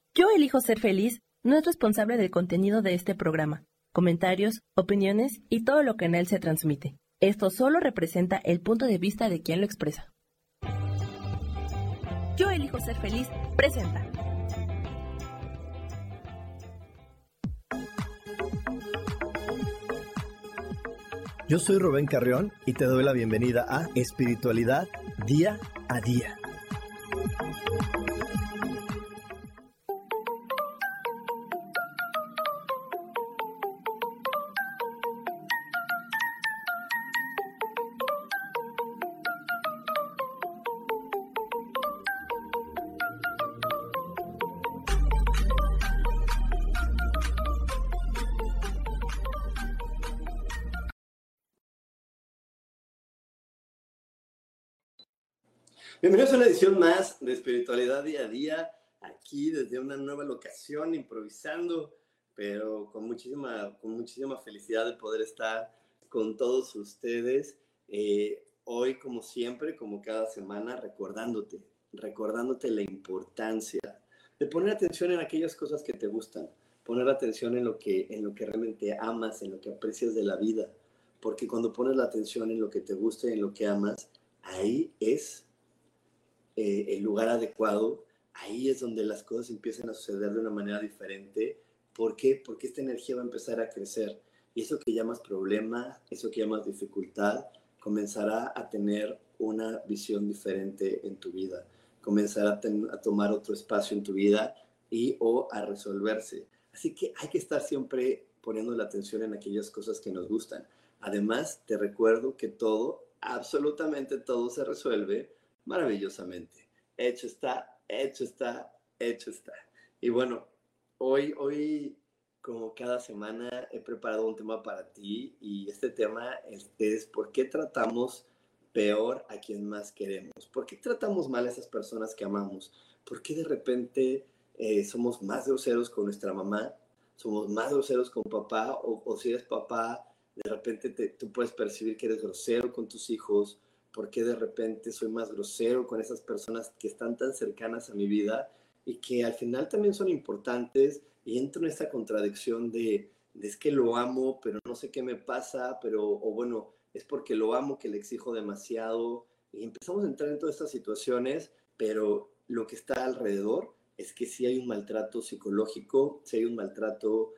Yo elijo ser feliz no es responsable del contenido de este programa, comentarios, opiniones y todo lo que en él se transmite. Esto solo representa el punto de vista de quien lo expresa. Yo elijo ser feliz presenta. Yo soy Rubén Carrión y te doy la bienvenida a Espiritualidad Día a Día. Bienvenidos a una edición más de Espiritualidad Día a Día, aquí desde una nueva locación, improvisando, pero con muchísima felicidad de poder estar con todos ustedes. Hoy, como siempre, como cada semana, recordándote la importancia de poner atención en aquellas cosas que te gustan, poner atención en lo que realmente amas, en lo que aprecias de la vida, porque cuando pones la atención en lo que te gusta y en lo que amas, ahí es el lugar adecuado, ahí es donde las cosas empiezan a suceder de una manera diferente. ¿Por qué? Porque esta energía va a empezar a crecer y eso que llamas problema, eso que llamas dificultad, comenzará a tener una visión diferente en tu vida, comenzará a tomar otro espacio en tu vida o a resolverse. Así que hay que estar siempre poniendo la atención en aquellas cosas que nos gustan. Además, te recuerdo que todo, absolutamente todo se resuelve maravillosamente. Hecho está, hecho está, hecho está. Y bueno, hoy como cada semana he preparado un tema para ti y este tema es ¿por qué tratamos peor a quien más queremos? ¿Por qué tratamos mal a esas personas que amamos? ¿Por qué de repente somos más groseros con nuestra mamá? ¿Somos más groseros con papá? O si eres papá, de repente tú puedes percibir que eres grosero con tus hijos. ¿Por qué de repente soy más grosero con esas personas que están tan cercanas a mi vida y que al final también son importantes? Y entro en esta contradicción de es que lo amo, pero no sé qué me pasa, o bueno, es porque lo amo que le exijo demasiado. Y empezamos a entrar en todas estas situaciones, pero lo que está alrededor es que sí hay un maltrato psicológico, sí hay un maltrato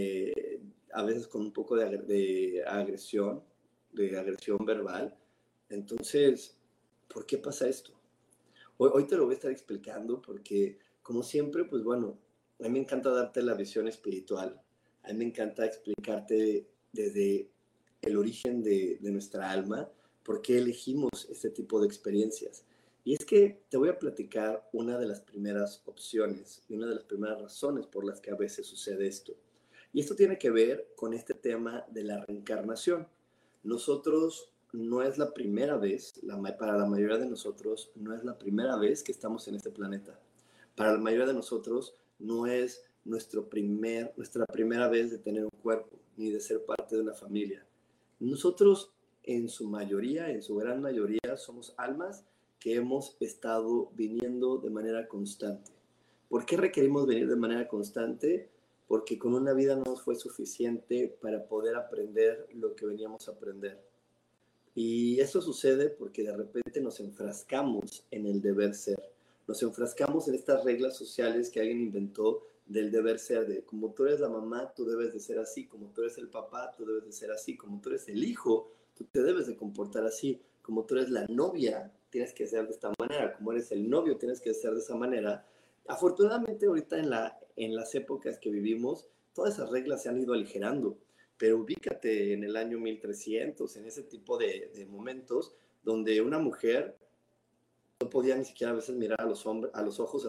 a veces con un poco de agresión verbal. Entonces, ¿por qué pasa esto? Hoy te lo voy a estar explicando porque, como siempre, pues bueno, a mí me encanta darte la visión espiritual. A mí me encanta explicarte desde el origen de nuestra alma por qué elegimos este tipo de experiencias. Y es que te voy a platicar una de las primeras opciones y una de las primeras razones por las que a veces sucede esto. Y esto tiene que ver con este tema de la reencarnación. Nosotros no es la primera vez, para la mayoría de nosotros, no es la primera vez que estamos en este planeta. Para la mayoría de nosotros no es nuestra primera vez de tener un cuerpo, ni de ser parte de una familia. Nosotros, en su mayoría, en su gran mayoría, somos almas que hemos estado viniendo de manera constante. ¿Por qué requerimos venir de manera constante? Porque con una vida no nos fue suficiente para poder aprender lo que veníamos a aprender. Y eso sucede porque de repente nos enfrascamos en el deber ser. Nos enfrascamos en estas reglas sociales que alguien inventó del deber ser, de como tú eres la mamá, tú debes de ser así, como tú eres el papá, tú debes de ser así, como tú eres el hijo, tú te debes de comportar así, como tú eres la novia, tienes que ser de esta manera, como eres el novio, tienes que ser de esa manera. Afortunadamente ahorita en las épocas que vivimos, todas esas reglas se han ido aligerando. Pero ubícate en el año 1300, en ese tipo de momentos donde una mujer no podía ni siquiera a veces mirar a los ojos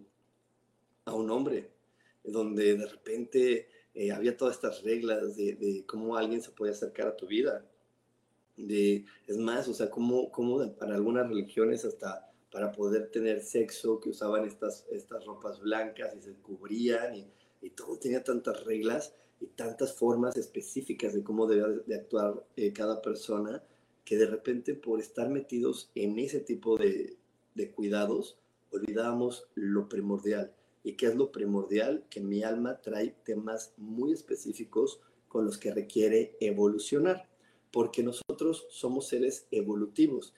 a un hombre, donde de repente había todas estas reglas de cómo alguien se podía acercar a tu vida. Es más, o sea, cómo para algunas religiones hasta para poder tener sexo, que usaban estas ropas blancas y se cubrían y todo tenía tantas reglas y tantas formas específicas de cómo debía de actuar cada persona, que de repente por estar metidos en ese tipo de cuidados, olvidábamos lo primordial, y qué es lo primordial, que mi alma trae temas muy específicos con los que requiere evolucionar, porque nosotros somos seres evolutivos.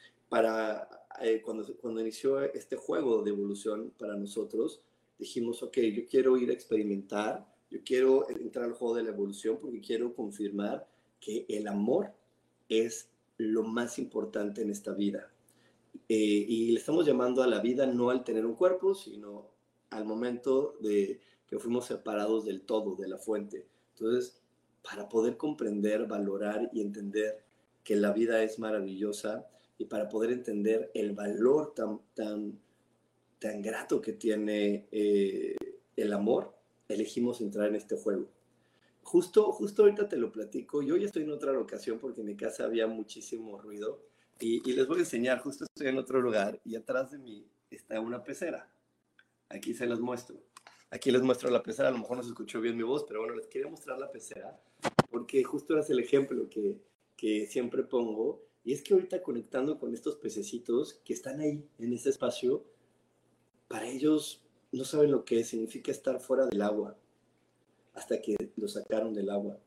Cuando inició este juego de evolución para nosotros, dijimos, ok, yo quiero ir a experimentar, yo quiero entrar al juego de la evolución porque quiero confirmar que el amor es lo más importante en esta vida. Y le estamos llamando a la vida no al tener un cuerpo, sino al momento de que fuimos separados del todo, de la fuente. Entonces, para poder comprender, valorar y entender que la vida es maravillosa y para poder entender el valor tan grato que tiene el amor, elegimos entrar en este juego. Justo ahorita te lo platico. Yo ya estoy en otra locación porque en mi casa había muchísimo ruido y les voy a enseñar. Justo estoy en otro lugar y atrás de mí está una pecera. Aquí se las muestro. Aquí les muestro la pecera. A lo mejor no se escuchó bien mi voz, pero bueno, les quería mostrar la pecera porque justo es el ejemplo que siempre pongo. Y es que ahorita conectando con estos pececitos que están ahí en este espacio, para ellos no saben lo que significa estar fuera del agua hasta que lo sacaron del agua.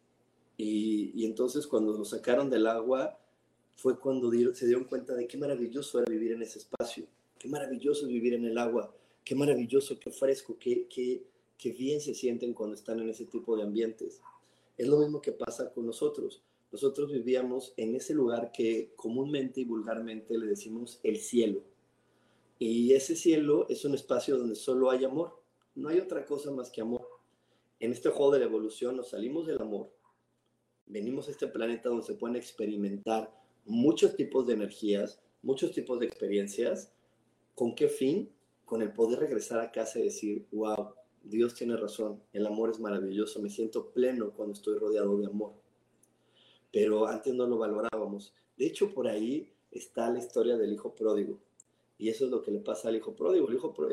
Y entonces cuando lo sacaron del agua fue cuando se dieron cuenta de qué maravilloso era vivir en ese espacio, qué maravilloso es vivir en el agua, qué maravilloso, qué fresco, qué bien se sienten cuando están en ese tipo de ambientes. Es lo mismo que pasa con nosotros. Nosotros vivíamos en ese lugar que comúnmente y vulgarmente le decimos el cielo. Y ese cielo es un espacio donde solo hay amor. No hay otra cosa más que amor. En este juego de la evolución nos salimos del amor, venimos a este planeta donde se pueden experimentar muchos tipos de energías, muchos tipos de experiencias. ¿Con qué fin? Con el poder regresar a casa y decir, wow, Dios tiene razón, el amor es maravilloso, me siento pleno cuando estoy rodeado de amor. Pero antes no lo valorábamos. De hecho, por ahí está la historia del hijo pródigo. Y eso es lo que le pasa al hijo pródigo.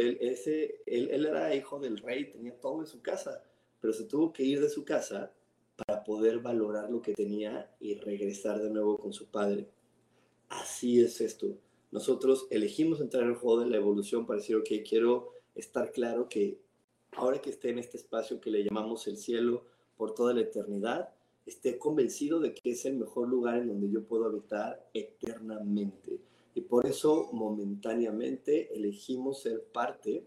Él era hijo del rey, tenía todo en su casa, pero se tuvo que ir de su casa para poder valorar lo que tenía y regresar de nuevo con su padre. Así es esto. Nosotros elegimos entrar en el juego de la evolución para decir, ok, quiero estar claro que ahora que esté en este espacio que le llamamos el cielo por toda la eternidad, esté convencido de que es el mejor lugar en donde yo puedo habitar eternamente. Y por eso momentáneamente elegimos ser parte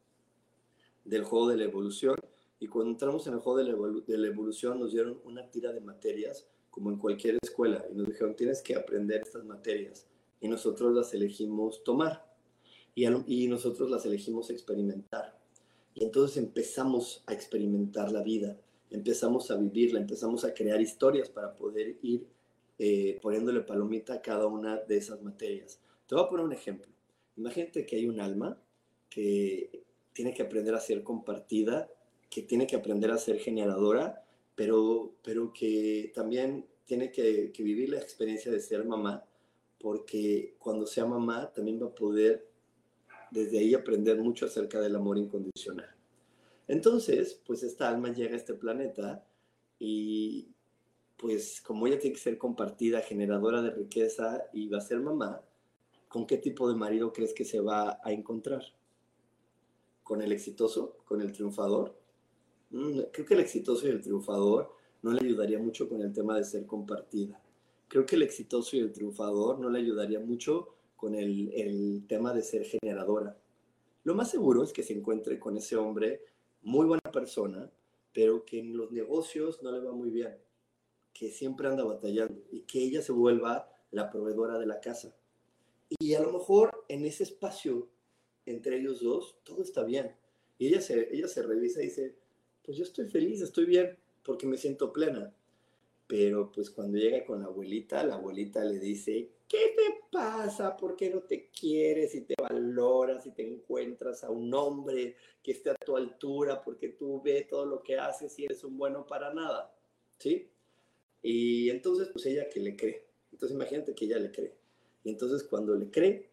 del juego de la evolución. Y cuando entramos en el juego de la evolución nos dieron una tira de materias, como en cualquier escuela, y nos dijeron, tienes que aprender estas materias. Y nosotros las elegimos tomar. Y nosotros las elegimos experimentar. Y entonces empezamos a experimentar la vida, empezamos a vivirla, empezamos a crear historias para poder ir poniéndole palomita a cada una de esas materias. Te voy a poner un ejemplo. Imagínate que hay un alma que tiene que aprender a ser compartida, que tiene que aprender a ser generadora, pero que también tiene que vivir la experiencia de ser mamá, porque cuando sea mamá también va a poder desde ahí aprender mucho acerca del amor incondicional. Entonces, pues esta alma llega a este planeta y pues como ella tiene que ser compartida, generadora de riqueza y va a ser mamá, ¿con qué tipo de marido crees que se va a encontrar? ¿Con el exitoso? ¿Con el triunfador? Creo que el exitoso y el triunfador no le ayudaría mucho con el tema de ser compartida. Creo que el exitoso y el triunfador no le ayudaría mucho con el tema de ser generadora. Lo más seguro es que se encuentre con ese hombre, muy buena persona, pero que en los negocios no le va muy bien, que siempre anda batallando y que ella se vuelva la proveedora de la casa. Y a lo mejor en ese espacio entre ellos dos todo está bien. Y ella se revisa y dice, pues yo estoy feliz, estoy bien, porque me siento plena. Pero pues cuando llega con la abuelita le dice, ¿qué te pasa? ¿Por qué no te quieres y te valoras y te encuentras a un hombre que esté a tu altura? Porque tú ves todo lo que haces y eres un bueno para nada, ¿sí? Y entonces pues ella que le cree. Entonces imagínate que ella le cree. Y entonces cuando le cree,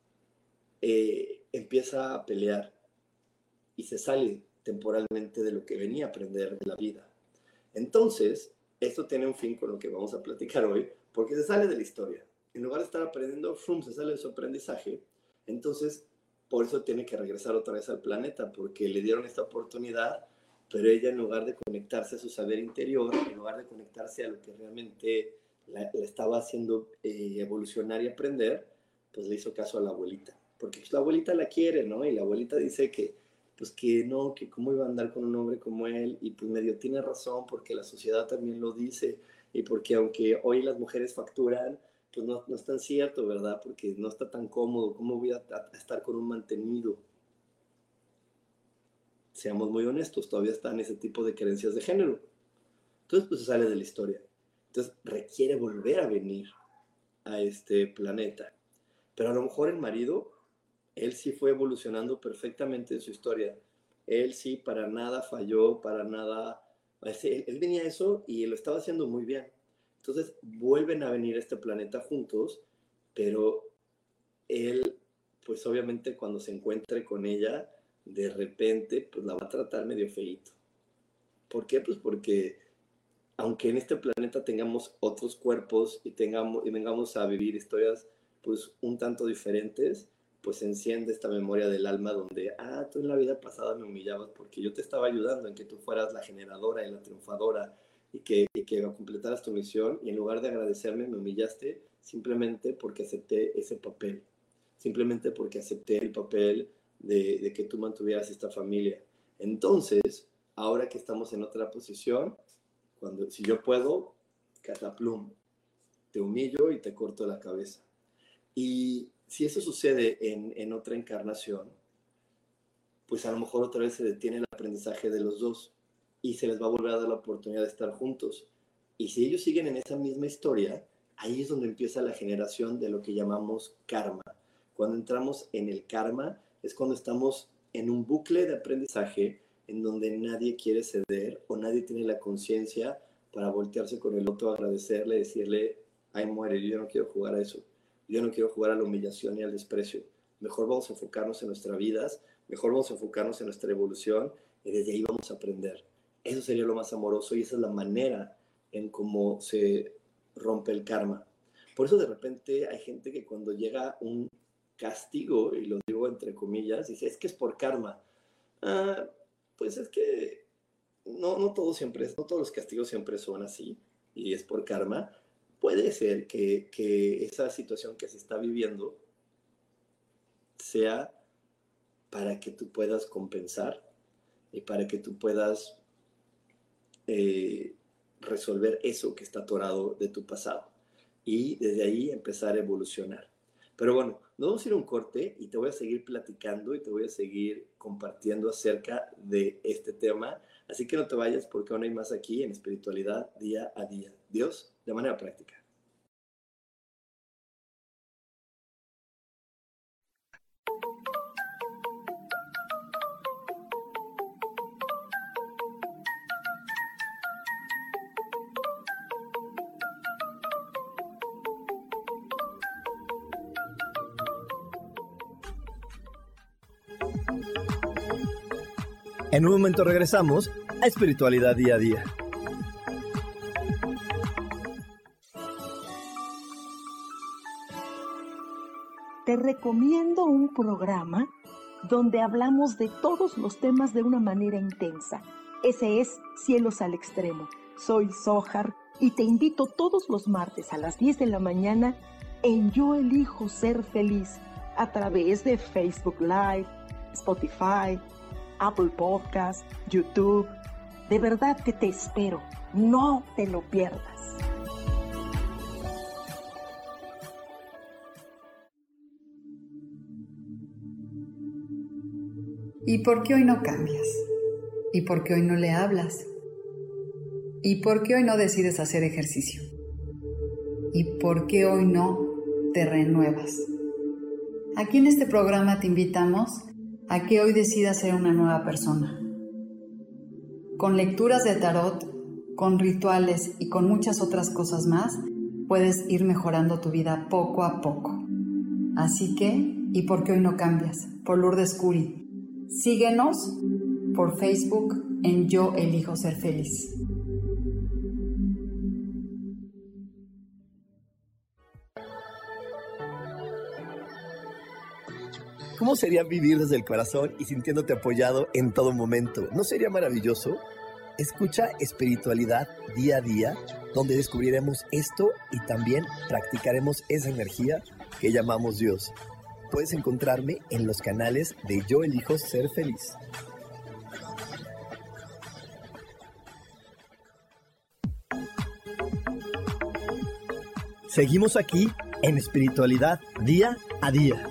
empieza a pelear y se sale temporalmente de lo que venía a aprender de la vida. Entonces, esto tiene un fin con lo que vamos a platicar hoy, porque se sale de la historia. En lugar de estar aprendiendo, se sale de su aprendizaje. Entonces, por eso tiene que regresar otra vez al planeta, porque le dieron esta oportunidad, pero ella, en lugar de conectarse a su saber interior, en lugar de conectarse a lo que realmente la estaba haciendo evolucionar y aprender, pues le hizo caso a la abuelita, porque pues la abuelita la quiere, ¿no? Y la abuelita dice que, pues que no, que cómo iba a andar con un hombre como él, y pues medio tiene razón, porque la sociedad también lo dice, y porque aunque hoy las mujeres facturan, pues no es tan cierto, ¿verdad? Porque no está tan cómodo. ¿Cómo voy a estar con un mantenido? Seamos muy honestos, todavía están ese tipo de creencias de género. Entonces, pues se sale de la historia. Entonces, requiere volver a venir a este planeta. Pero a lo mejor el marido, él sí fue evolucionando perfectamente en su historia. Él sí para nada falló, para nada. Él venía a eso y lo estaba haciendo muy bien. Entonces vuelven a venir a este planeta juntos, pero él, pues obviamente cuando se encuentre con ella, de repente, pues la va a tratar medio feíto. ¿Por qué? Pues porque aunque en este planeta tengamos otros cuerpos y vengamos a vivir historias pues un tanto diferentes, pues se enciende esta memoria del alma donde, tú en la vida pasada me humillabas porque yo te estaba ayudando en que tú fueras la generadora y la triunfadora y que completaras tu misión, y en lugar de agradecerme me humillaste simplemente porque acepté ese papel, simplemente porque acepté el papel de que tú mantuvieras esta familia. Entonces, ahora que estamos en otra posición, si yo puedo, cataplum, te humillo y te corto la cabeza. Y si eso sucede en otra encarnación, pues a lo mejor otra vez se detiene el aprendizaje de los dos y se les va a volver a dar la oportunidad de estar juntos. Y si ellos siguen en esa misma historia, ahí es donde empieza la generación de lo que llamamos karma. Cuando entramos en el karma es cuando estamos en un bucle de aprendizaje en donde nadie quiere ceder o nadie tiene la conciencia para voltearse con el otro, agradecerle, decirle, ay, muere, yo no quiero jugar a eso. Yo no quiero jugar a la humillación y al desprecio. Mejor vamos a enfocarnos en nuestras vidas, mejor vamos a enfocarnos en nuestra evolución y desde ahí vamos a aprender. Eso sería lo más amoroso y esa es la manera en cómo se rompe el karma. Por eso de repente hay gente que cuando llega un castigo, y lo digo entre comillas, dice, es que es por karma. Pues es que no todos los castigos siempre son así y es por karma. Puede ser que esa situación que se está viviendo sea para que tú puedas compensar y para que tú puedas resolver eso que está atorado de tu pasado y desde ahí empezar a evolucionar. Pero bueno, nos vamos a ir a un corte y te voy a seguir platicando y te voy a seguir compartiendo acerca de este tema. Así que no te vayas porque aún hay más aquí en Espiritualidad Día a Día. Dios de manera práctica. En un momento regresamos a Espiritualidad Día a Día. Te recomiendo un programa donde hablamos de todos los temas de una manera intensa. Ese es Cielos al Extremo. Soy Sohar y te invito todos los martes a las 10 de la mañana en Yo Elijo Ser Feliz a través de Facebook Live, Spotify, Apple Podcast, YouTube. De verdad que te espero. No te lo pierdas. ¿Y por qué hoy no cambias? ¿Y por qué hoy no le hablas? ¿Y por qué hoy no decides hacer ejercicio? ¿Y por qué hoy no te renuevas? Aquí en este programa te invitamos a que hoy decidas ser una nueva persona. Con lecturas de tarot, con rituales y con muchas otras cosas más, puedes ir mejorando tu vida poco a poco. Así que, ¿y por qué hoy no cambias? Por Lourdes Curi. Síguenos por Facebook en Yo Elijo Ser Feliz. ¿Cómo sería vivir desde el corazón y sintiéndote apoyado en todo momento? ¿No sería maravilloso? Escucha Espiritualidad Día a Día, donde descubriremos esto y también practicaremos esa energía que llamamos Dios. Puedes encontrarme en los canales de Yo Elijo Ser Feliz. Seguimos aquí en Espiritualidad Día a Día.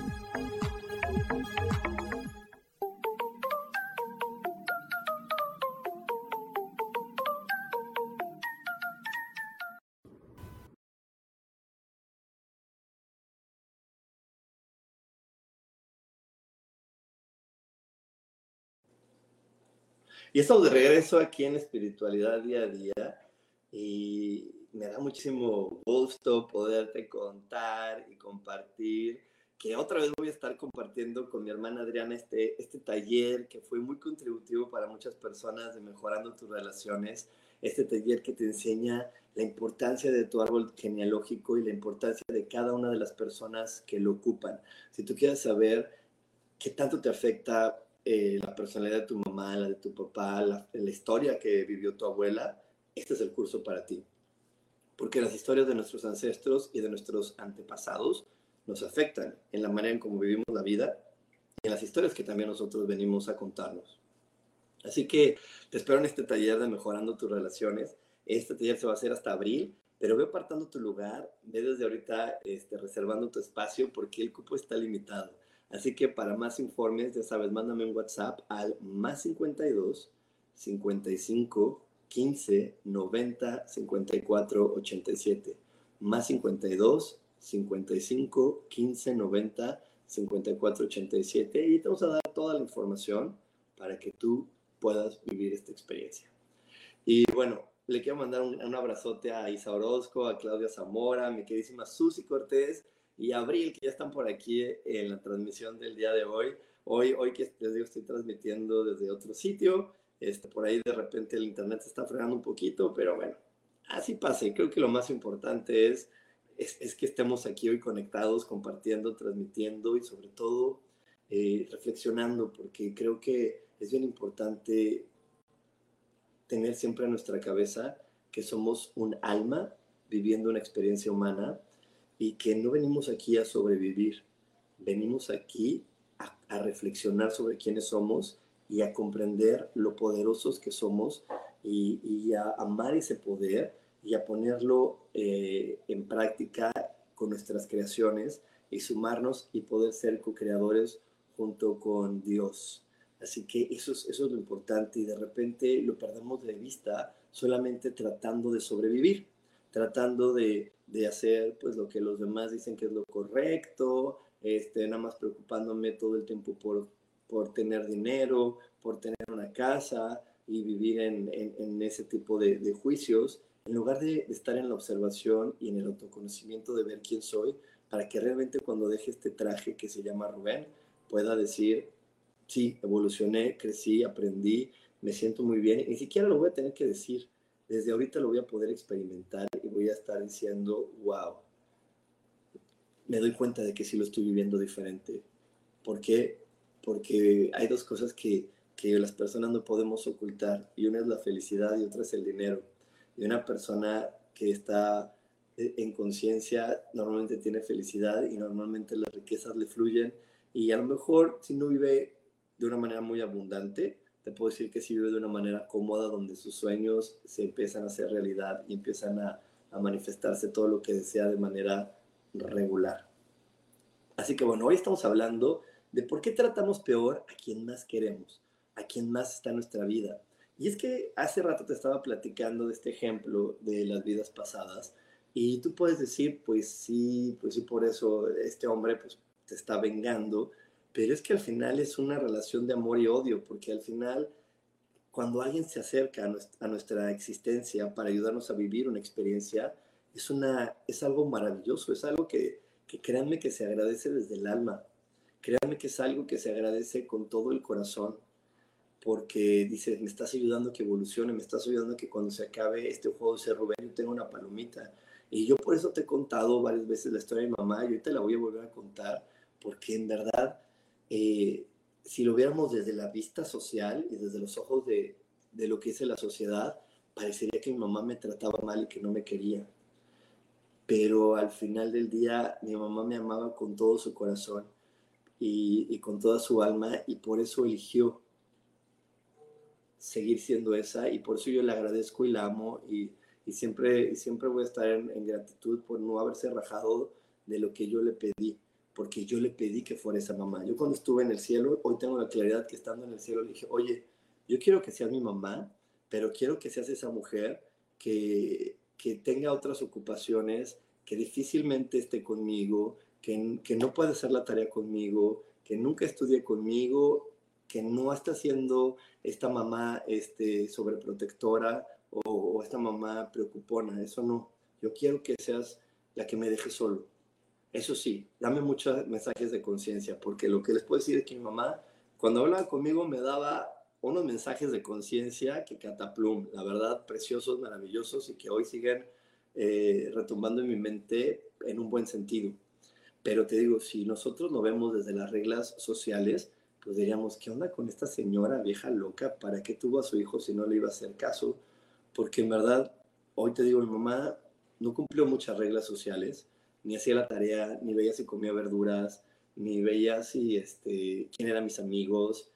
Y estamos de regreso aquí en Espiritualidad Día a Día y me da muchísimo gusto poderte contar y compartir que otra vez voy a estar compartiendo con mi hermana Adriana este taller que fue muy contributivo para muchas personas de Mejorando tus Relaciones, este taller que te enseña la importancia de tu árbol genealógico y la importancia de cada una de las personas que lo ocupan. Si tú quieres saber qué tanto te afecta la personalidad de tu mamá, la de tu papá, la historia que vivió tu abuela, este es el curso para ti. Porque las historias de nuestros ancestros y de nuestros antepasados nos afectan en la manera en cómo vivimos la vida y en las historias que también nosotros venimos a contarnos. Así que te espero en este taller de Mejorando tus Relaciones. Este taller se va a hacer hasta abril, pero ve apartando tu lugar, ve desde ahorita reservando tu espacio porque el cupo está limitado. Así que para más informes, ya sabes, mándame un WhatsApp al más 52 55 15 90 54 87. Más 52 55 15 90 54 87. Y te vamos a dar toda la información para que tú puedas vivir esta experiencia. Y bueno, le quiero mandar un abrazote a Isa Orozco, a Claudia Zamora, a mi queridísima Susi Cortés y a Abril, que ya están por aquí en la transmisión del día de hoy. Hoy que les digo, estoy transmitiendo desde otro sitio. Por ahí de repente el internet se está fregando un poquito, pero bueno, así pasa. Y creo que lo más importante es que estemos aquí hoy conectados, compartiendo, transmitiendo y sobre todo reflexionando, porque creo que es bien importante tener siempre en nuestra cabeza que somos un alma viviendo una experiencia humana y que no venimos aquí a sobrevivir, venimos aquí a reflexionar sobre quiénes somos y a comprender lo poderosos que somos y a amar ese poder y a ponerlo en práctica con nuestras creaciones y sumarnos y poder ser co-creadores junto con Dios. Así que eso es lo importante y de repente lo perdemos de vista solamente tratando de sobrevivir, tratando de hacer pues lo que los demás dicen que es lo correcto, nada más preocupándome todo el tiempo por tener dinero, por tener una casa y vivir en ese tipo de juicios, en lugar de estar en la observación y en el autoconocimiento de ver quién soy, para que realmente cuando deje este traje que se llama Rubén, pueda decir, sí, evolucioné, crecí, aprendí, me siento muy bien, y ni siquiera lo voy a tener que decir, desde ahorita lo voy a poder experimentar y voy a estar diciendo, wow, me doy cuenta de que sí lo estoy viviendo diferente. ¿Por qué? Porque hay dos cosas que las personas no podemos ocultar, y una es la felicidad y otra es el dinero. Y una persona que está en conciencia normalmente tiene felicidad y normalmente las riquezas le fluyen, y a lo mejor si no vive de una manera muy abundante, te puedo decir que si vive de una manera cómoda, donde sus sueños se empiezan a hacer realidad y empiezan a manifestarse todo lo que desea de manera regular. Así que bueno, hoy estamos hablando de por qué tratamos peor a quien más queremos, a quien más está en nuestra vida. Y es que hace rato te estaba platicando de este ejemplo de las vidas pasadas y tú puedes decir, pues sí, por eso este hombre pues te está vengando, pero es que al final es una relación de amor y odio, porque al final cuando alguien se acerca a nuestra existencia para ayudarnos a vivir una experiencia, es algo maravilloso, es algo que créanme que se agradece desde el alma, créanme que es algo que se agradece con todo el corazón, porque dices, me estás ayudando a que evolucione, me estás ayudando a que cuando se acabe este juego de ser Rubén, yo tenga una palomita. Y yo por eso te he contado varias veces la historia de mi mamá, y hoy te la voy a volver a contar, porque en verdad si lo viéramos desde la vista social y desde los ojos de lo que es la sociedad, parecería que mi mamá me trataba mal y que no me quería. Pero al final del día, mi mamá me amaba con todo su corazón y con toda su alma, y por eso eligió seguir siendo esa, y por eso yo le agradezco y la amo, y siempre voy a estar en gratitud por no haberse rajado de lo que yo le pedí, porque yo le pedí que fuera esa mamá. Yo cuando estuve en el cielo, hoy tengo la claridad que estando en el cielo le dije, oye, yo quiero que seas mi mamá, pero quiero que seas esa mujer que tenga otras ocupaciones, que difícilmente esté conmigo, que no puede hacer la tarea conmigo, que nunca estudie conmigo, que no está haciendo esta mamá sobreprotectora o esta mamá preocupona. Eso no. Yo quiero que seas la que me deje solo. Eso sí, dame muchos mensajes de conciencia, porque lo que les puedo decir es que mi mamá, cuando hablaba conmigo, me daba unos mensajes de conciencia que cataplum, la verdad, preciosos, maravillosos, y que hoy siguen retumbando en mi mente en un buen sentido. Pero te digo, si nosotros lo vemos desde las reglas sociales, pues diríamos, ¿qué onda con esta señora vieja loca? ¿Para qué tuvo a su hijo si no le iba a hacer caso? Porque en verdad, hoy te digo, mi mamá no cumplió muchas reglas sociales, ni hacía la tarea, ni veía si comía verduras, ni veía si, quién eran mis amigos,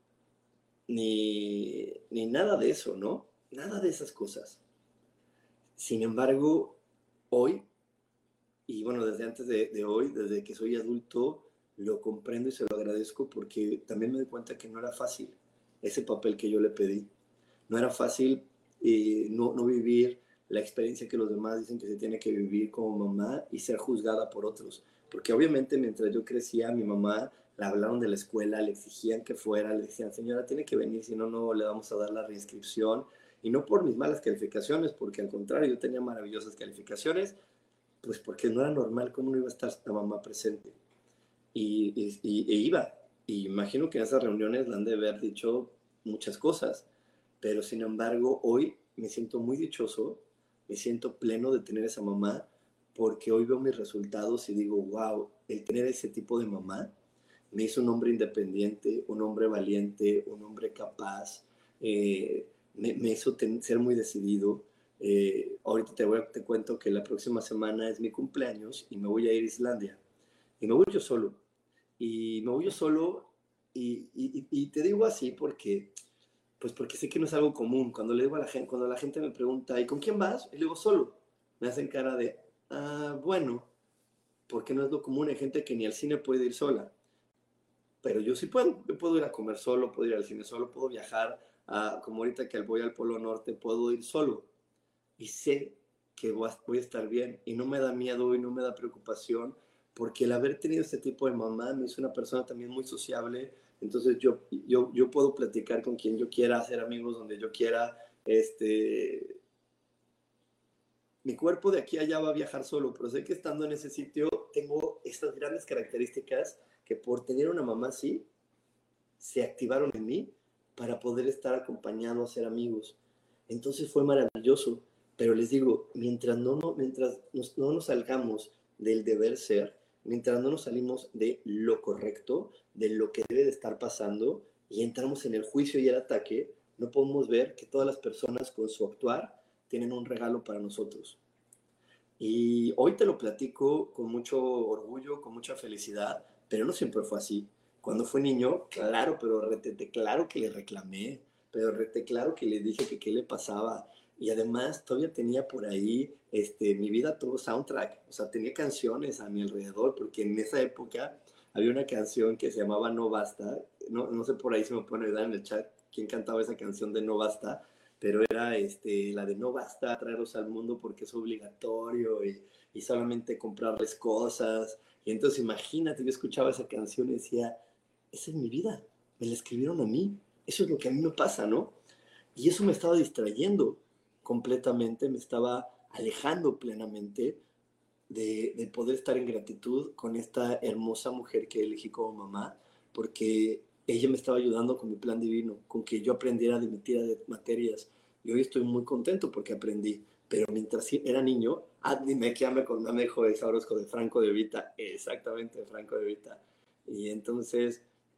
ni nada de eso, ¿no? Nada de esas cosas. Sin embargo, hoy, y bueno, desde antes de hoy, desde que soy adulto, lo comprendo y se lo agradezco, porque también me doy cuenta que no era fácil ese papel que yo le pedí. No era fácil no vivir la experiencia que los demás dicen que se tiene que vivir como mamá y ser juzgada por otros. Porque obviamente mientras yo crecía, a mi mamá la hablaron de la escuela, le exigían que fuera, le decían, señora, tiene que venir, si no, no le vamos a dar la reinscripción. Y no por mis malas calificaciones, porque al contrario, yo tenía maravillosas calificaciones, pues porque no era normal cómo no iba a estar la mamá presente. E iba. Y imagino que en esas reuniones le han de haber dicho muchas cosas, pero sin embargo hoy me siento muy dichoso, me siento pleno de tener esa mamá, porque hoy veo mis resultados y digo, wow, el tener ese tipo de mamá me hizo un hombre independiente, un hombre valiente, un hombre capaz, me hizo ser muy decidido. Ahorita te cuento que la próxima semana es mi cumpleaños y me voy a ir a Islandia. Y me voy yo solo. Y me voy yo solo y te digo así porque sé que no es algo común. Cuando le digo a la gente, cuando la gente me pregunta, ¿y con quién vas? Y le digo, solo. Me hacen cara de, bueno, porque no es lo común. Hay gente que ni al cine puede ir sola. Pero yo sí puedo. Yo puedo ir a comer solo, puedo ir al cine solo, puedo viajar, como ahorita que voy al Polo Norte, puedo ir solo. Y sé que voy a estar bien. Y no me da miedo y no me da preocupación, porque el haber tenido este tipo de mamá me hizo una persona también muy sociable. Entonces yo puedo platicar con quien yo quiera, hacer amigos donde yo quiera. Mi cuerpo de aquí a allá va a viajar solo, pero sé que estando en ese sitio tengo estas grandes características que por tener una mamá así, se activaron en mí para poder estar acompañado, hacer amigos. Entonces fue maravilloso. Pero les digo, mientras no nos salgamos del deber ser, mientras no nos salimos de lo correcto, de lo que debe de estar pasando, y entramos en el juicio y el ataque, no podemos ver que todas las personas con su actuar tienen un regalo para nosotros. Y hoy te lo platico con mucho orgullo, con mucha felicidad, pero no siempre fue así. Cuando fue niño, claro, pero retete claro que le reclamé, pero retete claro que le dije que qué le pasaba. Y además todavía tenía por ahí mi vida todo soundtrack, o sea, tenía canciones a mi alrededor, porque en esa época había una canción que se llamaba No Basta, no sé por ahí si me pueden ayudar en el chat quién cantaba esa canción de No Basta, pero era la de no basta traerlos al mundo porque es obligatorio y solamente comprarles cosas. Y entonces imagínate, yo escuchaba esa canción y decía, esa es mi vida, me la escribieron a mí, eso es lo que a mí me pasa, ¿no? Y eso me estaba distrayendo completamente, me estaba alejando plenamente de poder estar en gratitud con esta hermosa mujer que elegí como mamá, porque ella me estaba ayudando con mi plan divino, con que yo aprendiera de mi materias. Y hoy estoy muy contento porque aprendí. Pero mientras era niño, dime que ya me dijo de Sabrosco de Franco de Vita, exactamente, de Franco de Vita. Y entonces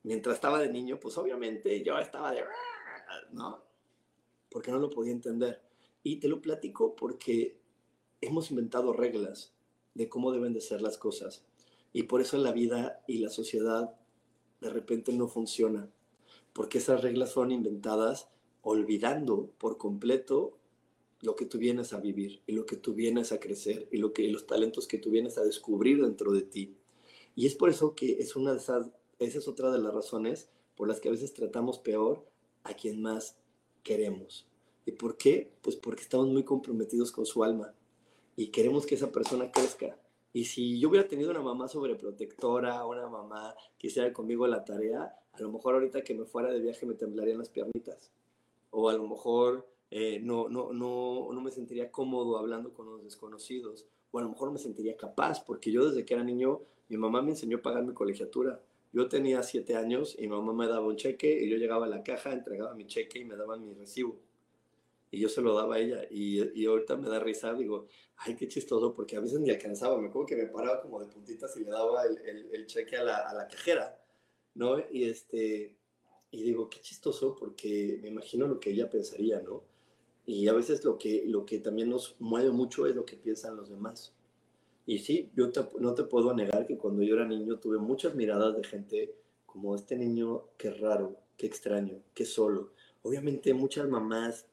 mientras estaba de niño, pues obviamente yo estaba de, ¿no? Porque no lo podía entender. Y te lo platico porque hemos inventado reglas de cómo deben de ser las cosas. Y por eso la vida y la sociedad de repente no funciona. Porque esas reglas fueron inventadas olvidando por completo lo que tú vienes a vivir y lo que tú vienes a crecer y los talentos que tú vienes a descubrir dentro de ti. Y es por eso que esa es otra de las razones por las que a veces tratamos peor a quien más queremos. ¿Y por qué? Pues porque estamos muy comprometidos con su alma y queremos que esa persona crezca. Y si yo hubiera tenido una mamá sobreprotectora, una mamá que hiciera conmigo la tarea, a lo mejor ahorita que me fuera de viaje me temblarían las piernitas. O a lo mejor no me sentiría cómodo hablando con los desconocidos. O a lo mejor no me sentiría capaz, porque yo desde que era niño, mi mamá me enseñó a pagar mi colegiatura. Yo tenía 7 años y mi mamá me daba un cheque y yo llegaba a la caja, entregaba mi cheque y me daban mi recibo. Y yo se lo daba a ella. Y ahorita me da risa, digo, ay, qué chistoso, porque a veces ni alcanzaba. Me acuerdo que me paraba como de puntitas y le daba el cheque a la cajera, ¿no? Y digo, qué chistoso, porque me imagino lo que ella pensaría, ¿no? Y a veces lo que también nos mueve mucho es lo que piensan los demás. Y sí, no te puedo negar que cuando yo era niño tuve muchas miradas de gente como este niño, qué raro, qué extraño, qué solo. Obviamente muchas mamás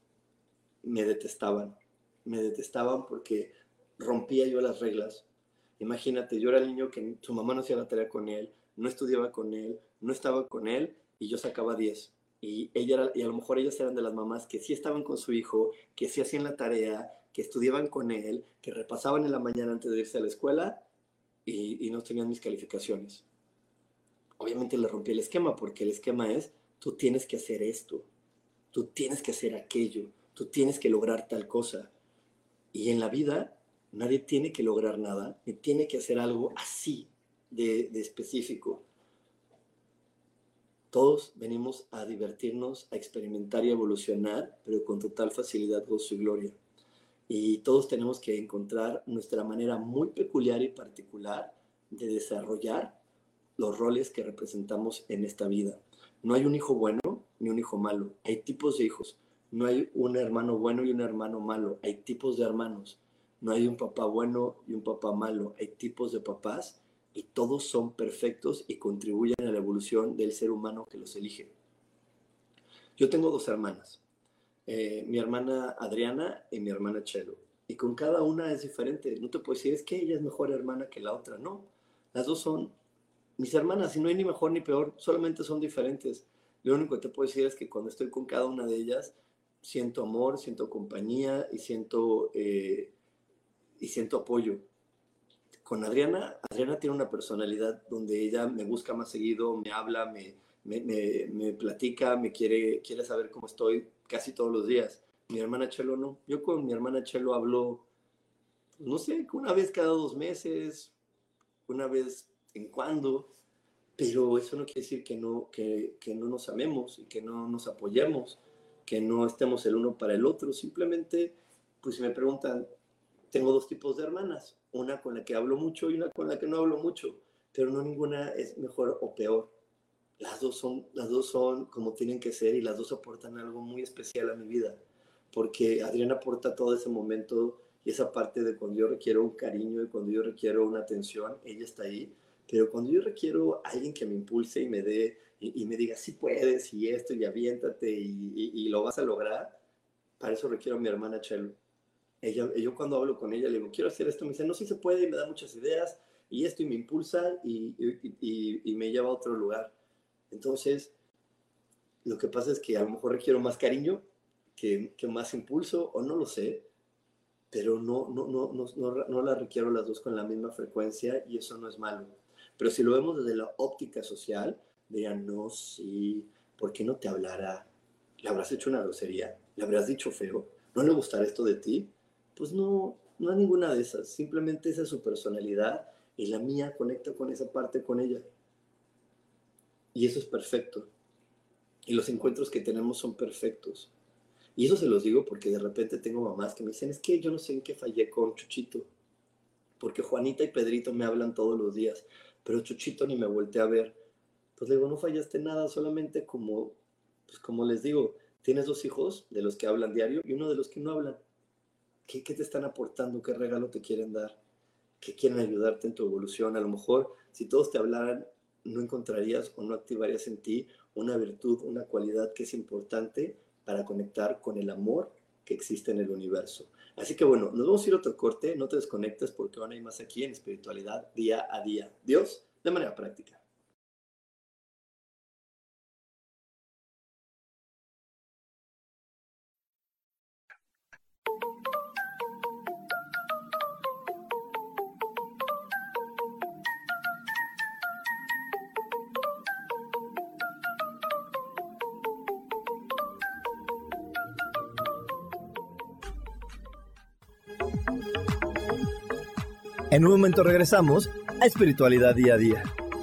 me detestaban porque rompía yo las reglas. Imagínate, yo era el niño que su mamá no hacía la tarea con él, no estudiaba con él, no estaba con él y yo sacaba 10. Y a lo mejor ellas eran de las mamás que sí estaban con su hijo, que sí hacían la tarea, que estudiaban con él, que repasaban en la mañana antes de irse a la escuela y no tenían mis calificaciones. Obviamente le rompí el esquema porque el esquema es, tú tienes que hacer esto, tú tienes que hacer aquello, tú tienes que lograr tal cosa. Y en la vida nadie tiene que lograr nada, ni tiene que hacer algo así de específico. Todos venimos a divertirnos, a experimentar y a evolucionar, pero con total facilidad, gozo y gloria. Y todos tenemos que encontrar nuestra manera muy peculiar y particular de desarrollar los roles que representamos en esta vida. No hay un hijo bueno ni un hijo malo. Hay tipos de hijos. No hay un hermano bueno y un hermano malo. Hay tipos de hermanos. No hay un papá bueno y un papá malo. Hay tipos de papás y todos son perfectos y contribuyen a la evolución del ser humano que los elige. Yo tengo 2 hermanas. Mi hermana Adriana y mi hermana Chelo. Y con cada una es diferente. No te puedo decir, es que ella es mejor hermana que la otra. No, las dos son mis hermanas y no hay ni mejor ni peor, solamente son diferentes. Lo único que te puedo decir es que cuando estoy con cada una de ellas, siento amor, siento compañía y siento apoyo. Con Adriana tiene una personalidad donde ella me busca más seguido, me habla, me platica, quiere saber cómo estoy casi todos los días. Mi hermana Chelo no. Yo con mi hermana Chelo hablo, no sé, una vez cada 2 meses, una vez en cuando, pero eso no quiere decir que no nos amemos y que no nos apoyemos, que no estemos el uno para el otro. Simplemente, pues si me preguntan, tengo 2 tipos de hermanas, una con la que hablo mucho y una con la que no hablo mucho, pero no ninguna es mejor o peor. Las dos son como tienen que ser y las dos aportan algo muy especial a mi vida, porque Adriana aporta todo ese momento y esa parte de cuando yo requiero un cariño y cuando yo requiero una atención, ella está ahí, pero cuando yo requiero a alguien que me impulse y me dé y me diga, sí puedes y esto y aviéntate y lo vas a lograr, para eso requiero a mi hermana Chelo. Yo cuando hablo con ella le digo, quiero hacer esto, me dice, no, sí se puede, y me da muchas ideas y esto y me impulsa y me lleva a otro lugar. Entonces, lo que pasa es que a lo mejor requiero más cariño que más impulso, o no lo sé, pero no la requiero las dos con la misma frecuencia y eso no es malo. Pero si lo vemos desde la óptica social, dirían, no, sí, ¿por qué no te hablará? ¿Le habrás hecho una grosería? ¿Le habrás dicho feo? ¿No le gustará esto de ti? Pues no es ninguna de esas, simplemente esa es su personalidad y la mía conecta con esa parte con ella. Y eso es perfecto. Y los encuentros que tenemos son perfectos. Y eso se los digo porque de repente tengo mamás que me dicen, es que yo no sé en qué fallé con Chuchito, porque Juanita y Pedrito me hablan todos los días, pero Chuchito ni me volteé a ver. Pues le digo, no fallaste nada, solamente como les digo, tienes 2 hijos de los que hablan diario y uno de los que no hablan. ¿Qué te están aportando? ¿Qué regalo te quieren dar? ¿Qué quieren ayudarte en tu evolución? A lo mejor, si todos te hablaran, no encontrarías o no activarías en ti una virtud, una cualidad que es importante para conectar con el amor que existe en el universo. Así que bueno, nos vamos a ir a otro corte, no te desconectes porque van a ir más aquí en espiritualidad día a día. Dios, de manera práctica. En un momento regresamos a Espiritualidad Día a Día.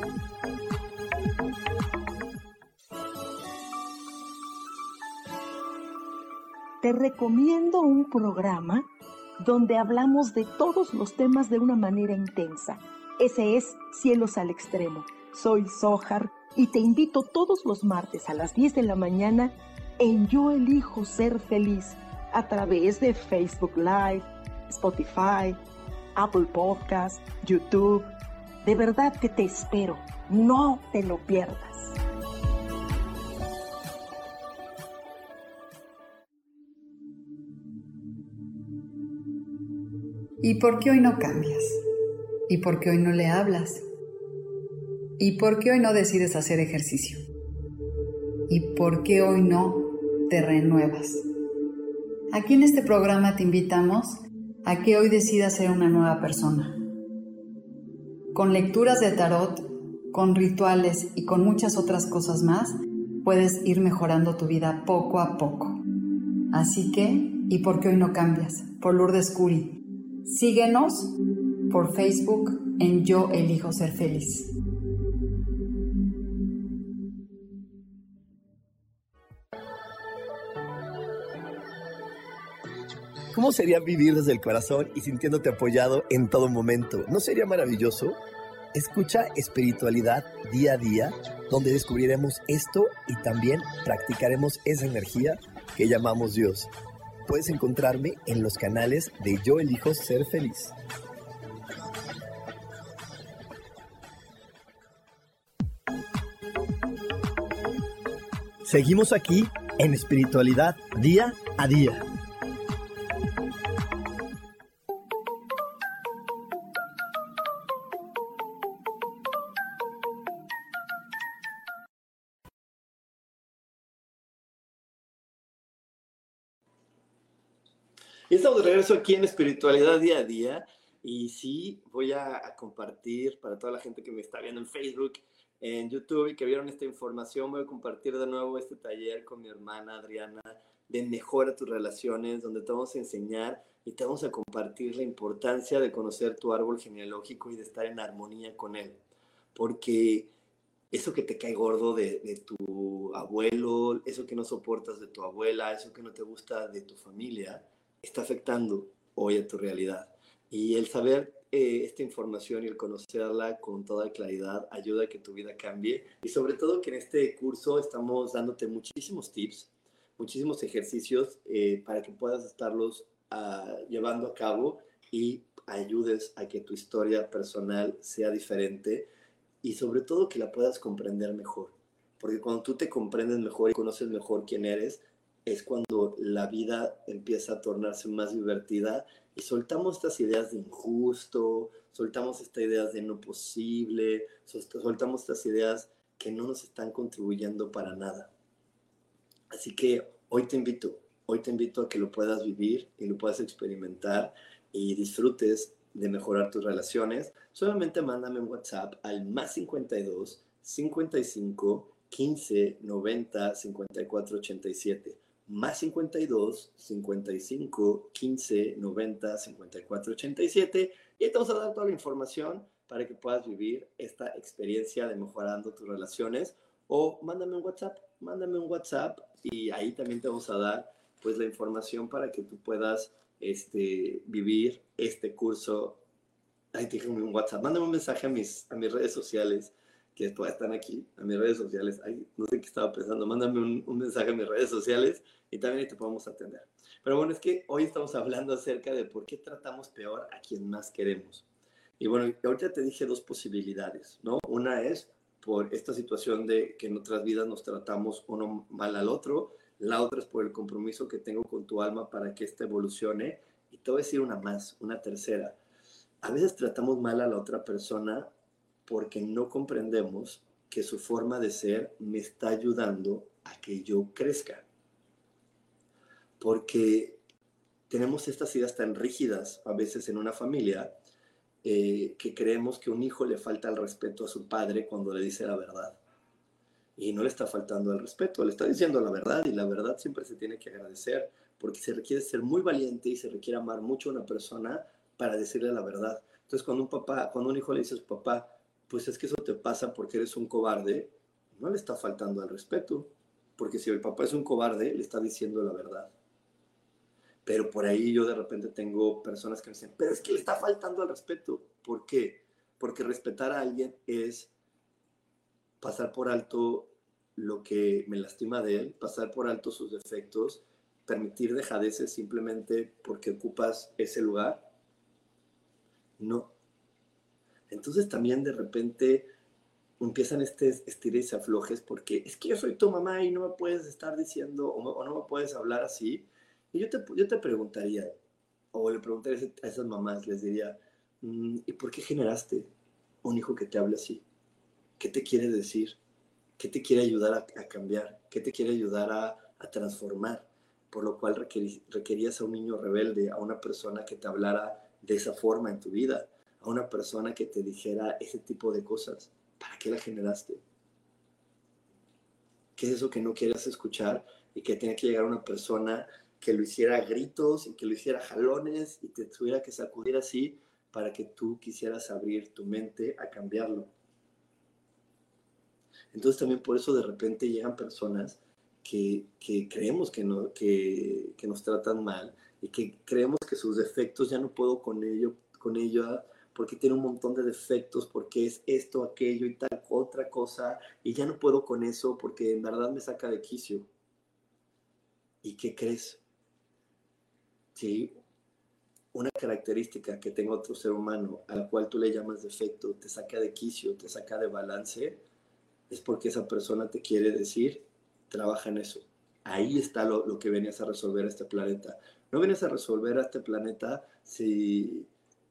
Te recomiendo un programa donde hablamos de todos los temas de una manera intensa. Ese es Cielos al Extremo. Soy Sohar y te invito todos los martes a las 10 de la mañana en Yo Elijo Ser Feliz a través de Facebook Live, Spotify, Apple Podcast, YouTube. De verdad que te espero. No te lo pierdas. ¿Y por qué hoy no cambias? ¿Y por qué hoy no le hablas? ¿Y por qué hoy no decides hacer ejercicio? ¿Y por qué hoy no te renuevas? Aquí en este programa te invitamos a que hoy decidas ser una nueva persona. Con lecturas de tarot, con rituales y con muchas otras cosas más, puedes ir mejorando tu vida poco a poco. Así que, ¿y por qué hoy no cambias? Por Lourdes Curi. Síguenos por Facebook en Yo Elijo Ser Feliz. ¿Cómo sería vivir desde el corazón y sintiéndote apoyado en todo momento? ¿No sería maravilloso? Escucha Espiritualidad Día a Día, donde descubriremos esto y también practicaremos esa energía que llamamos Dios. Puedes encontrarme en los canales de Yo Elijo Ser Feliz. Seguimos aquí en Espiritualidad Día a Día. Y estamos de regreso aquí en Espiritualidad Día a Día. Y sí, voy a compartir para toda la gente que me está viendo en Facebook, en YouTube y que vieron esta información, voy a compartir de nuevo este taller con mi hermana Adriana de Mejora tus Relaciones, donde te vamos a enseñar y te vamos a compartir la importancia de conocer tu árbol genealógico y de estar en armonía con él. Porque eso que te cae gordo de tu abuelo, eso que no soportas de tu abuela, eso que no te gusta de tu familia, está afectando hoy a tu realidad. Y el saber esta información y el conocerla con toda claridad ayuda a que tu vida cambie. Y sobre todo que en este curso estamos dándote muchísimos tips, muchísimos ejercicios para que puedas estarlos llevando a cabo y ayudes a que tu historia personal sea diferente y sobre todo que la puedas comprender mejor. Porque cuando tú te comprendes mejor y conoces mejor quién eres, es cuando la vida empieza a tornarse más divertida y soltamos estas ideas de injusto, soltamos estas ideas de no posible, soltamos estas ideas que no nos están contribuyendo para nada. Así que hoy te invito a que lo puedas vivir y lo puedas experimentar y disfrutes de mejorar tus relaciones. Solamente mándame un WhatsApp al +52 55 15 90 54 87. +52 55 15 90 54 87 y te vamos a dar toda la información para que puedas vivir esta experiencia de mejorando tus relaciones. O mándame un WhatsApp y ahí también te vamos a dar pues la información para que tú puedas vivir este curso. Ahí te dije un WhatsApp, mándame un mensaje a mis redes sociales que todavía están aquí, a mis redes sociales. Ay, no sé qué estaba pensando, mándame un mensaje a mis redes sociales y también ahí te podemos atender. Pero bueno, es que hoy estamos hablando acerca de por qué tratamos peor a quien más queremos. Y bueno, ahorita te dije dos posibilidades, ¿no? Una es por esta situación de que en otras vidas nos tratamos uno mal al otro. La otra es por el compromiso que tengo con tu alma para que ésta evolucione. Y te voy a decir una más, una tercera. A veces tratamos mal a la otra persona porque no comprendemos que su forma de ser me está ayudando a que yo crezca. Porque tenemos estas ideas tan rígidas a veces en una familia que creemos que un hijo le falta el respeto a su padre cuando le dice la verdad. Y no le está faltando el respeto, le está diciendo la verdad, y la verdad siempre se tiene que agradecer, porque se requiere ser muy valiente y se requiere amar mucho a una persona para decirle la verdad. Entonces, cuando un hijo le dice a su papá, pues es que eso te pasa porque eres un cobarde, no le está faltando el respeto, porque si el papá es un cobarde, le está diciendo la verdad. Pero por ahí yo de repente tengo personas que me dicen, pero es que le está faltando el respeto. ¿Por qué? Porque respetar a alguien es pasar por alto lo que me lastima de él, pasar por alto sus defectos, permitir dejadeces simplemente porque ocupas ese lugar. No. Entonces también de repente empiezan estires y aflojes porque es que yo soy tu mamá y no me puedes estar diciendo o no me puedes hablar así. Y yo te preguntaría, o le preguntaría a esas mamás, les diría, ¿y por qué generaste un hijo que te hable así? ¿Qué te quiere decir? ¿Qué te quiere ayudar a cambiar? ¿Qué te quiere ayudar a transformar? Por lo cual requerías a un niño rebelde, a una persona que te hablara de esa forma en tu vida, a una persona que te dijera ese tipo de cosas. ¿Para qué la generaste? ¿Qué es eso que no quieras escuchar y que tenía que llegar una persona que lo hiciera a gritos y que lo hiciera a jalones y te tuviera que sacudir así para que tú quisieras abrir tu mente a cambiarlo? Entonces también por eso de repente llegan personas que creemos que nos tratan mal y que creemos que sus defectos ya no puedo con ella porque tiene un montón de defectos, porque es esto, aquello y tal otra cosa, y ya no puedo con eso porque en verdad me saca de quicio. ¿Y qué crees? Si una característica que tenga otro ser humano a la cual tú le llamas defecto te saca de quicio, te saca de balance, es porque esa persona te quiere decir, trabaja en eso. Ahí está lo que venías a resolver a este planeta. No vienes a resolver a este planeta si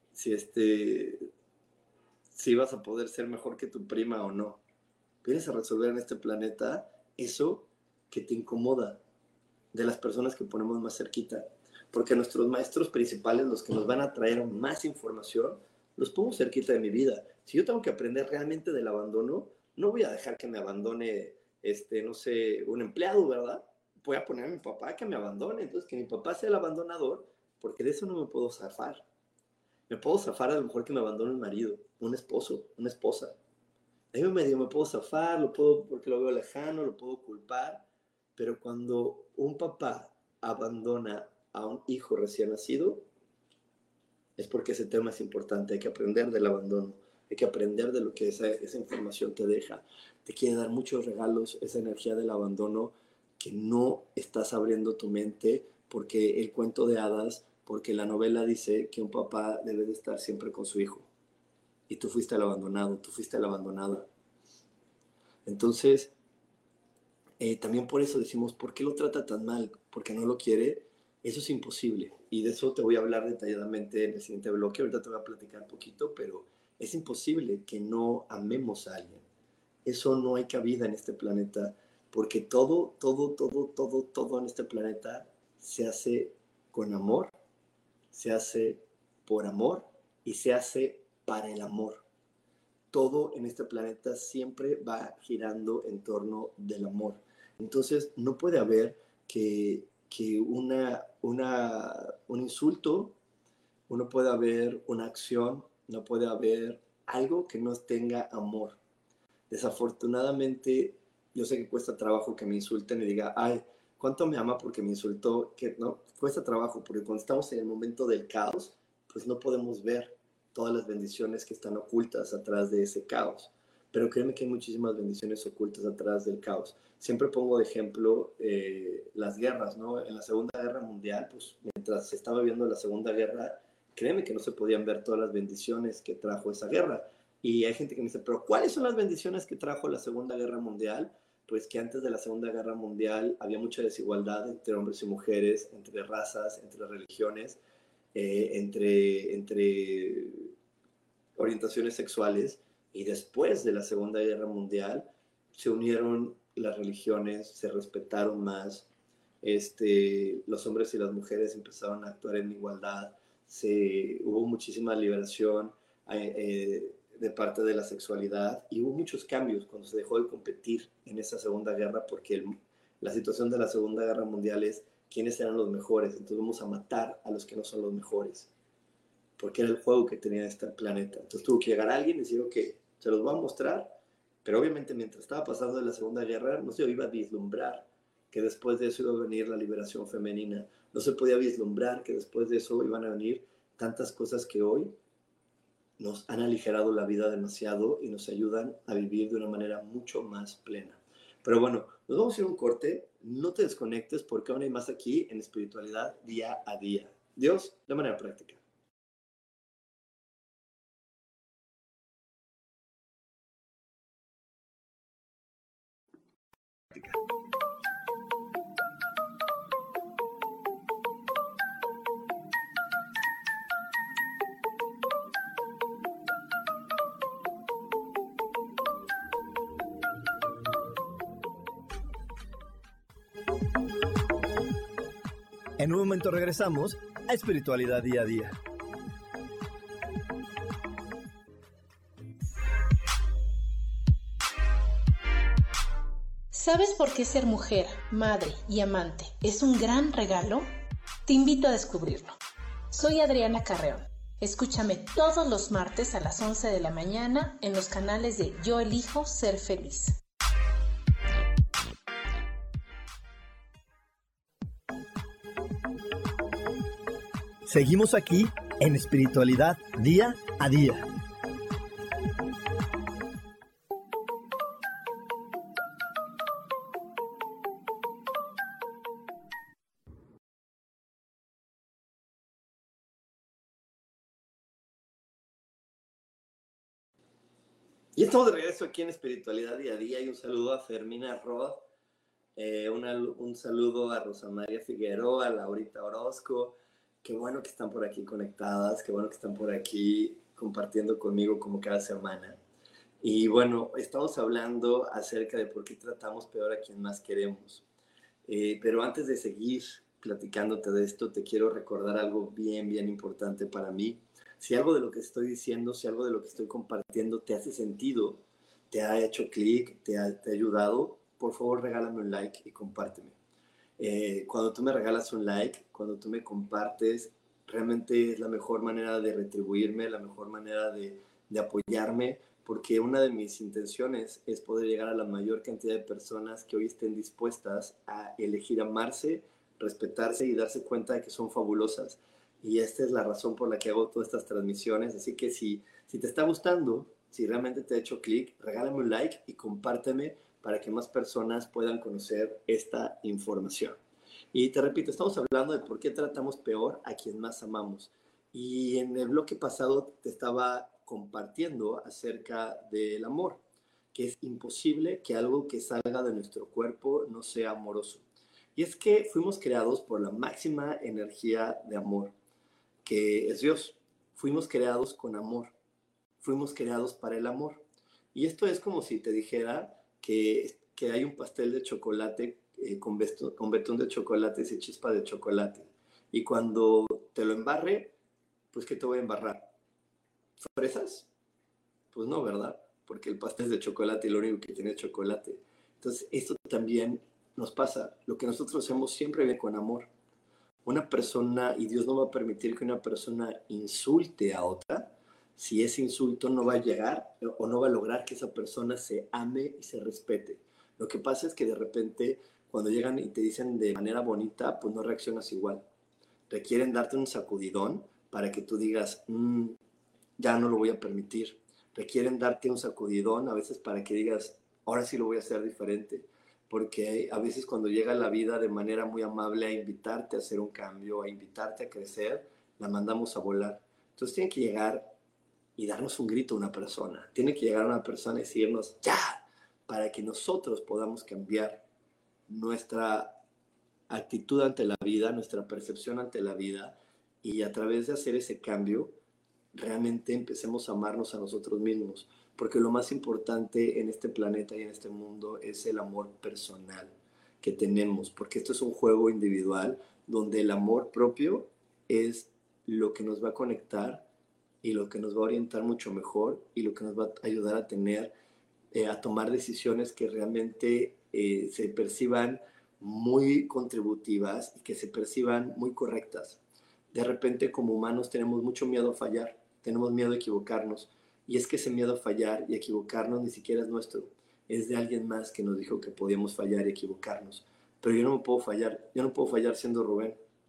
vas a poder ser mejor que tu prima o no. Vienes a resolver en este planeta eso que te incomoda de las personas que ponemos más cerquita. Porque nuestros maestros principales, los que nos van a traer más información, los pongo cerquita de mi vida. Si yo tengo que aprender realmente del abandono, no voy a dejar que me abandone, no sé, un empleado, ¿verdad? Voy a poner a mi papá que me abandone. Entonces, que mi papá sea el abandonador, porque de eso no me puedo zafar. Me puedo zafar a lo mejor que me abandone un marido, un esposo, una esposa. Ahí medio me puedo zafar, porque lo veo lejano, lo puedo culpar, pero cuando un papá abandona a un hijo recién nacido, es porque ese tema es importante. Hay que aprender del abandono, hay que aprender de lo que esa información te deja. Te quiere dar muchos regalos, esa energía del abandono que no estás abriendo tu mente, porque el cuento de hadas, porque la novela dice que un papá debe de estar siempre con su hijo. Y tú fuiste el abandonado, tú fuiste la abandonada. Entonces, también por eso decimos, ¿por qué lo trata tan mal? ¿Porque no lo quiere? Eso es imposible. Y de eso te voy a hablar detalladamente en el siguiente bloque. Ahorita te voy a platicar un poquito, pero es imposible que no amemos a alguien. Eso no hay cabida en este planeta, porque todo en este planeta se hace con amor, se hace por amor y se hace para el amor. Todo en este planeta siempre va girando en torno del amor. Entonces, no puede haber que un insulto, no puede haber una acción, no puede haber algo que no tenga amor. Desafortunadamente, yo sé que cuesta trabajo que me insulten y diga, ay, ¿cuánto me ama porque me insultó? Que no, cuesta trabajo, porque cuando estamos en el momento del caos, pues no podemos ver todas las bendiciones que están ocultas atrás de ese caos. pero créeme que hay muchísimas bendiciones ocultas atrás del caos. Siempre pongo de ejemplo las guerras, ¿no? En la Segunda Guerra Mundial, pues mientras se estaba viendo la Segunda Guerra, créeme que no se podían ver todas las bendiciones que trajo esa guerra. Y hay gente que me dice, pero ¿cuáles son las bendiciones que trajo la Segunda Guerra Mundial? Pues que antes de la Segunda Guerra Mundial había mucha desigualdad entre hombres y mujeres, entre razas, entre religiones, entre orientaciones sexuales. Y después de la Segunda Guerra Mundial se unieron las religiones, se respetaron más, los hombres y las mujeres empezaron a actuar en igualdad, hubo muchísima liberación de parte de la sexualidad y hubo muchos cambios cuando se dejó de competir en esa Segunda Guerra, porque la situación de la Segunda Guerra Mundial es quiénes eran los mejores, entonces vamos a matar a los que no son los mejores, porque era el juego que tenía este planeta. Entonces tuvo que llegar alguien y decir, ok, se los voy a mostrar, pero obviamente mientras estaba pasando la Segunda Guerra no se iba a vislumbrar que después de eso iba a venir la liberación femenina, no se podía vislumbrar que después de eso iban a venir tantas cosas que hoy nos han aligerado la vida demasiado y nos ayudan a vivir de una manera mucho más plena. Pero bueno, nos vamos a ir a un corte, no te desconectes porque aún hay más aquí en Espiritualidad Día a Día. Dios, de manera práctica. En un momento regresamos a Espiritualidad Día a Día. ¿Sabes por qué ser mujer, madre y amante es un gran regalo? Te invito a descubrirlo. Soy Adriana Carreón. Escúchame todos los martes a las 11 de la mañana en los canales de Yo Elijo Ser Feliz. Seguimos aquí en Espiritualidad Día a Día. Y estamos de regreso aquí en Espiritualidad Día a Día y un saludo a Fermina Roth, un saludo a Rosa María Figueroa, a Laurita Orozco. Qué bueno que están por aquí conectadas, qué bueno que están por aquí compartiendo conmigo como cada semana. Y bueno, estamos hablando acerca de por qué tratamos peor a quien más queremos. Pero antes de seguir platicándote de esto, te quiero recordar algo bien, bien importante para mí. Si algo de lo que estoy diciendo, si algo de lo que estoy compartiendo te hace sentido, te ha hecho clic, te ha ayudado, por favor regálame un like y compárteme. Cuando tú me regalas un like, cuando tú me compartes, realmente es la mejor manera de retribuirme, la mejor manera de apoyarme, porque una de mis intenciones es poder llegar a la mayor cantidad de personas que hoy estén dispuestas a elegir amarse, respetarse y darse cuenta de que son fabulosas. Y esta es la razón por la que hago todas estas transmisiones. Así que si te está gustando, si realmente te ha hecho clic, regálame un like y compárteme para que más personas puedan conocer esta información. Y te repito, estamos hablando de por qué tratamos peor a quien más amamos. Y en el bloque pasado te estaba compartiendo acerca del amor, que es imposible que algo que salga de nuestro cuerpo no sea amoroso. Y es que fuimos creados por la máxima energía de amor, que es Dios. Fuimos creados con amor. Fuimos creados para el amor. Y esto es como si te dijera que hay un pastel de chocolate con betún de chocolate y chispa de chocolate. Y cuando te lo embarre, pues ¿qué te voy a embarrar? ¿Fresas? Pues no, ¿verdad? Porque el pastel es de chocolate y lo único que tiene es chocolate. Entonces, esto también nos pasa. Lo que nosotros hacemos siempre viene con amor. Una persona, y Dios no va a permitir que una persona insulte a otra, si ese insulto no va a llegar o no va a lograr que esa persona se ame y se respete. Lo que pasa es que de repente, cuando llegan y te dicen de manera bonita, pues no reaccionas igual. Requieren darte un sacudidón para que tú digas, ya no lo voy a permitir. requieren darte un sacudidón a veces para que digas, ahora sí lo voy a hacer diferente, porque a veces cuando llega la vida de manera muy amable a invitarte a hacer un cambio, a invitarte a crecer, la mandamos a volar. Entonces tiene que llegar y darnos un grito a una persona, tiene que llegar una persona y decirnos, ¡ya!, para que nosotros podamos cambiar nuestra actitud ante la vida, nuestra percepción ante la vida, y a través de hacer ese cambio, realmente empecemos a amarnos a nosotros mismos, porque lo más importante en este planeta y en este mundo es el amor personal que tenemos, porque esto es un juego individual donde el amor propio es lo que nos va a conectar y lo que nos va a orientar mucho mejor y lo que nos va a ayudar a tener, a tomar decisiones que realmente se perciban muy contributivas y que se perciban muy correctas. De repente, como humanos, tenemos mucho miedo a fallar, tenemos miedo a equivocarnos, y es que ese miedo a fallar y equivocarnos ni siquiera es nuestro, es de alguien más que nos dijo que podíamos fallar y equivocarnos. Pero yo no puedo fallar siendo Rubén,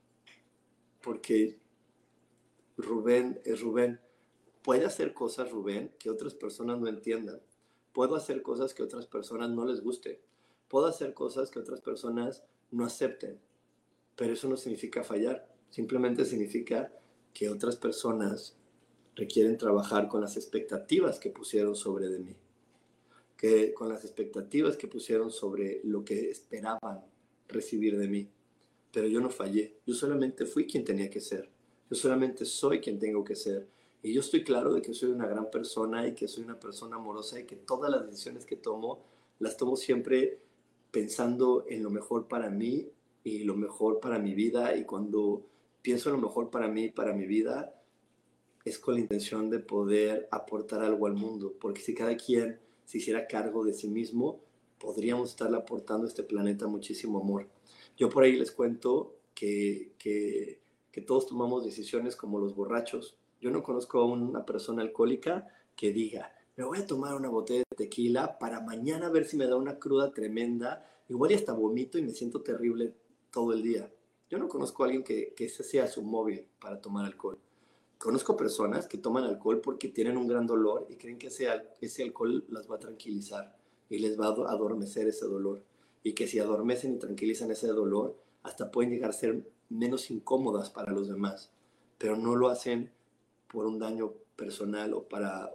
porque Rubén es Rubén. Puede hacer cosas, Rubén, que otras personas no entiendan. Puedo hacer cosas que a otras personas no les guste. Puedo hacer cosas que otras personas no acepten. Pero eso no significa fallar. Simplemente significa que otras personas requieren trabajar con las expectativas que pusieron sobre de mí. Con las expectativas que pusieron sobre lo que esperaban recibir de mí. Pero yo no fallé. Yo solamente fui quien tenía que ser. Yo solamente soy quien tengo que ser. Y yo estoy claro de que soy una gran persona y que soy una persona amorosa y que todas las decisiones que tomo, las tomo siempre pensando en lo mejor para mí y lo mejor para mi vida. Y cuando pienso en lo mejor para mí y para mi vida, es con la intención de poder aportar algo al mundo. Porque si cada quien se hiciera cargo de sí mismo, podríamos estarle aportando a este planeta muchísimo amor. Yo por ahí les cuento que todos tomamos decisiones como los borrachos. Yo no conozco a una persona alcohólica que diga, me voy a tomar una botella de tequila para mañana ver si me da una cruda tremenda, igual y hasta vomito y me siento terrible todo el día. Yo no conozco a alguien que ese sea su móvil para tomar alcohol. Conozco personas que toman alcohol porque tienen un gran dolor y creen que ese alcohol las va a tranquilizar y les va a adormecer ese dolor. Y que si adormecen y tranquilizan ese dolor, hasta pueden llegar a ser menos incómodas para los demás. Pero no lo hacen por un daño personal o para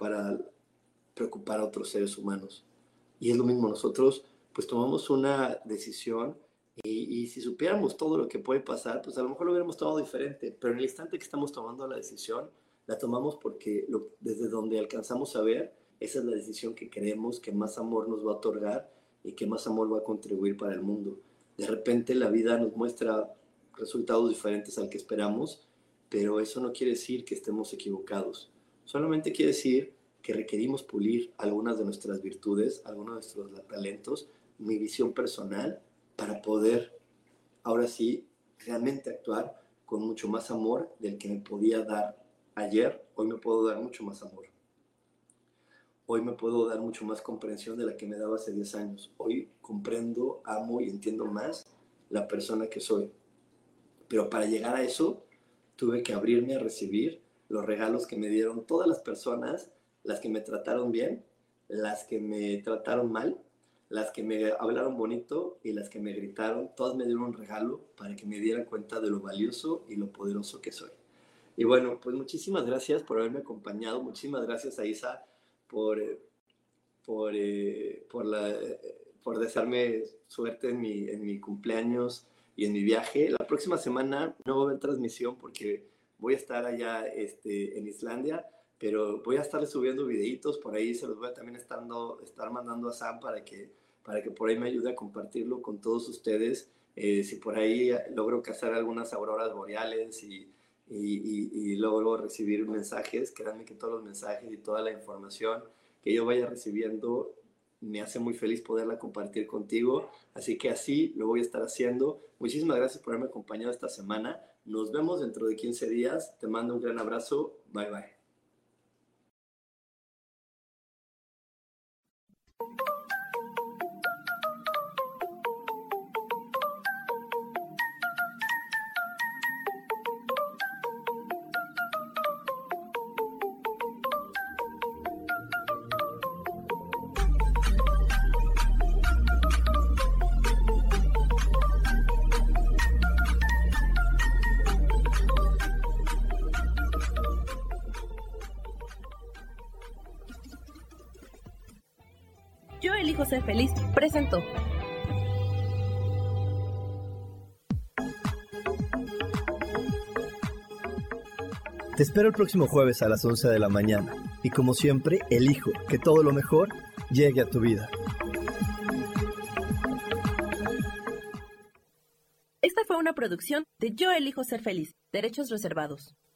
preocupar a otros seres humanos. Y es lo mismo, nosotros pues tomamos una decisión y si supiéramos todo lo que puede pasar, pues a lo mejor lo hubiéramos tomado diferente, pero en el instante que estamos tomando la decisión, la tomamos porque desde donde alcanzamos a ver, esa es la decisión que creemos que más amor nos va a otorgar y que más amor va a contribuir para el mundo. De repente la vida nos muestra resultados diferentes al que esperamos, pero eso no quiere decir que estemos equivocados. Solamente quiere decir que requerimos pulir algunas de nuestras virtudes, algunos de nuestros talentos, mi visión personal, para poder, ahora sí, realmente actuar con mucho más amor del que me podía dar ayer. Hoy me puedo dar mucho más amor. Hoy me puedo dar mucho más comprensión de la que me daba hace 10 años. Hoy comprendo, amo y entiendo más la persona que soy. Pero para llegar a eso, tuve que abrirme a recibir los regalos que me dieron todas las personas, las que me trataron bien, las que me trataron mal, las que me hablaron bonito y las que me gritaron. Todas me dieron un regalo para que me diera cuenta de lo valioso y lo poderoso que soy. Y bueno, pues muchísimas gracias por haberme acompañado. Muchísimas gracias a Isa por desearme suerte en mi cumpleaños y en mi viaje. La próxima semana no va a haber transmisión porque voy a estar allá en Islandia, pero voy a estar subiendo videitos por ahí, se los voy a también estar mandando a Sam para que por ahí me ayude a compartirlo con todos ustedes. Si por ahí logro cazar algunas auroras boreales y logro recibir mensajes, créanme que todos los mensajes y toda la información que yo vaya recibiendo me hace muy feliz poderla compartir contigo, así que así lo voy a estar haciendo. Muchísimas gracias por haberme acompañado esta semana. Nos vemos dentro de 15 días. Te mando un gran abrazo. Bye, bye. Yo elijo ser feliz presentó. Te espero el próximo jueves a las 11 de la mañana y como siempre, elijo que todo lo mejor llegue a tu vida. Esta fue una producción de Yo elijo ser feliz, derechos reservados.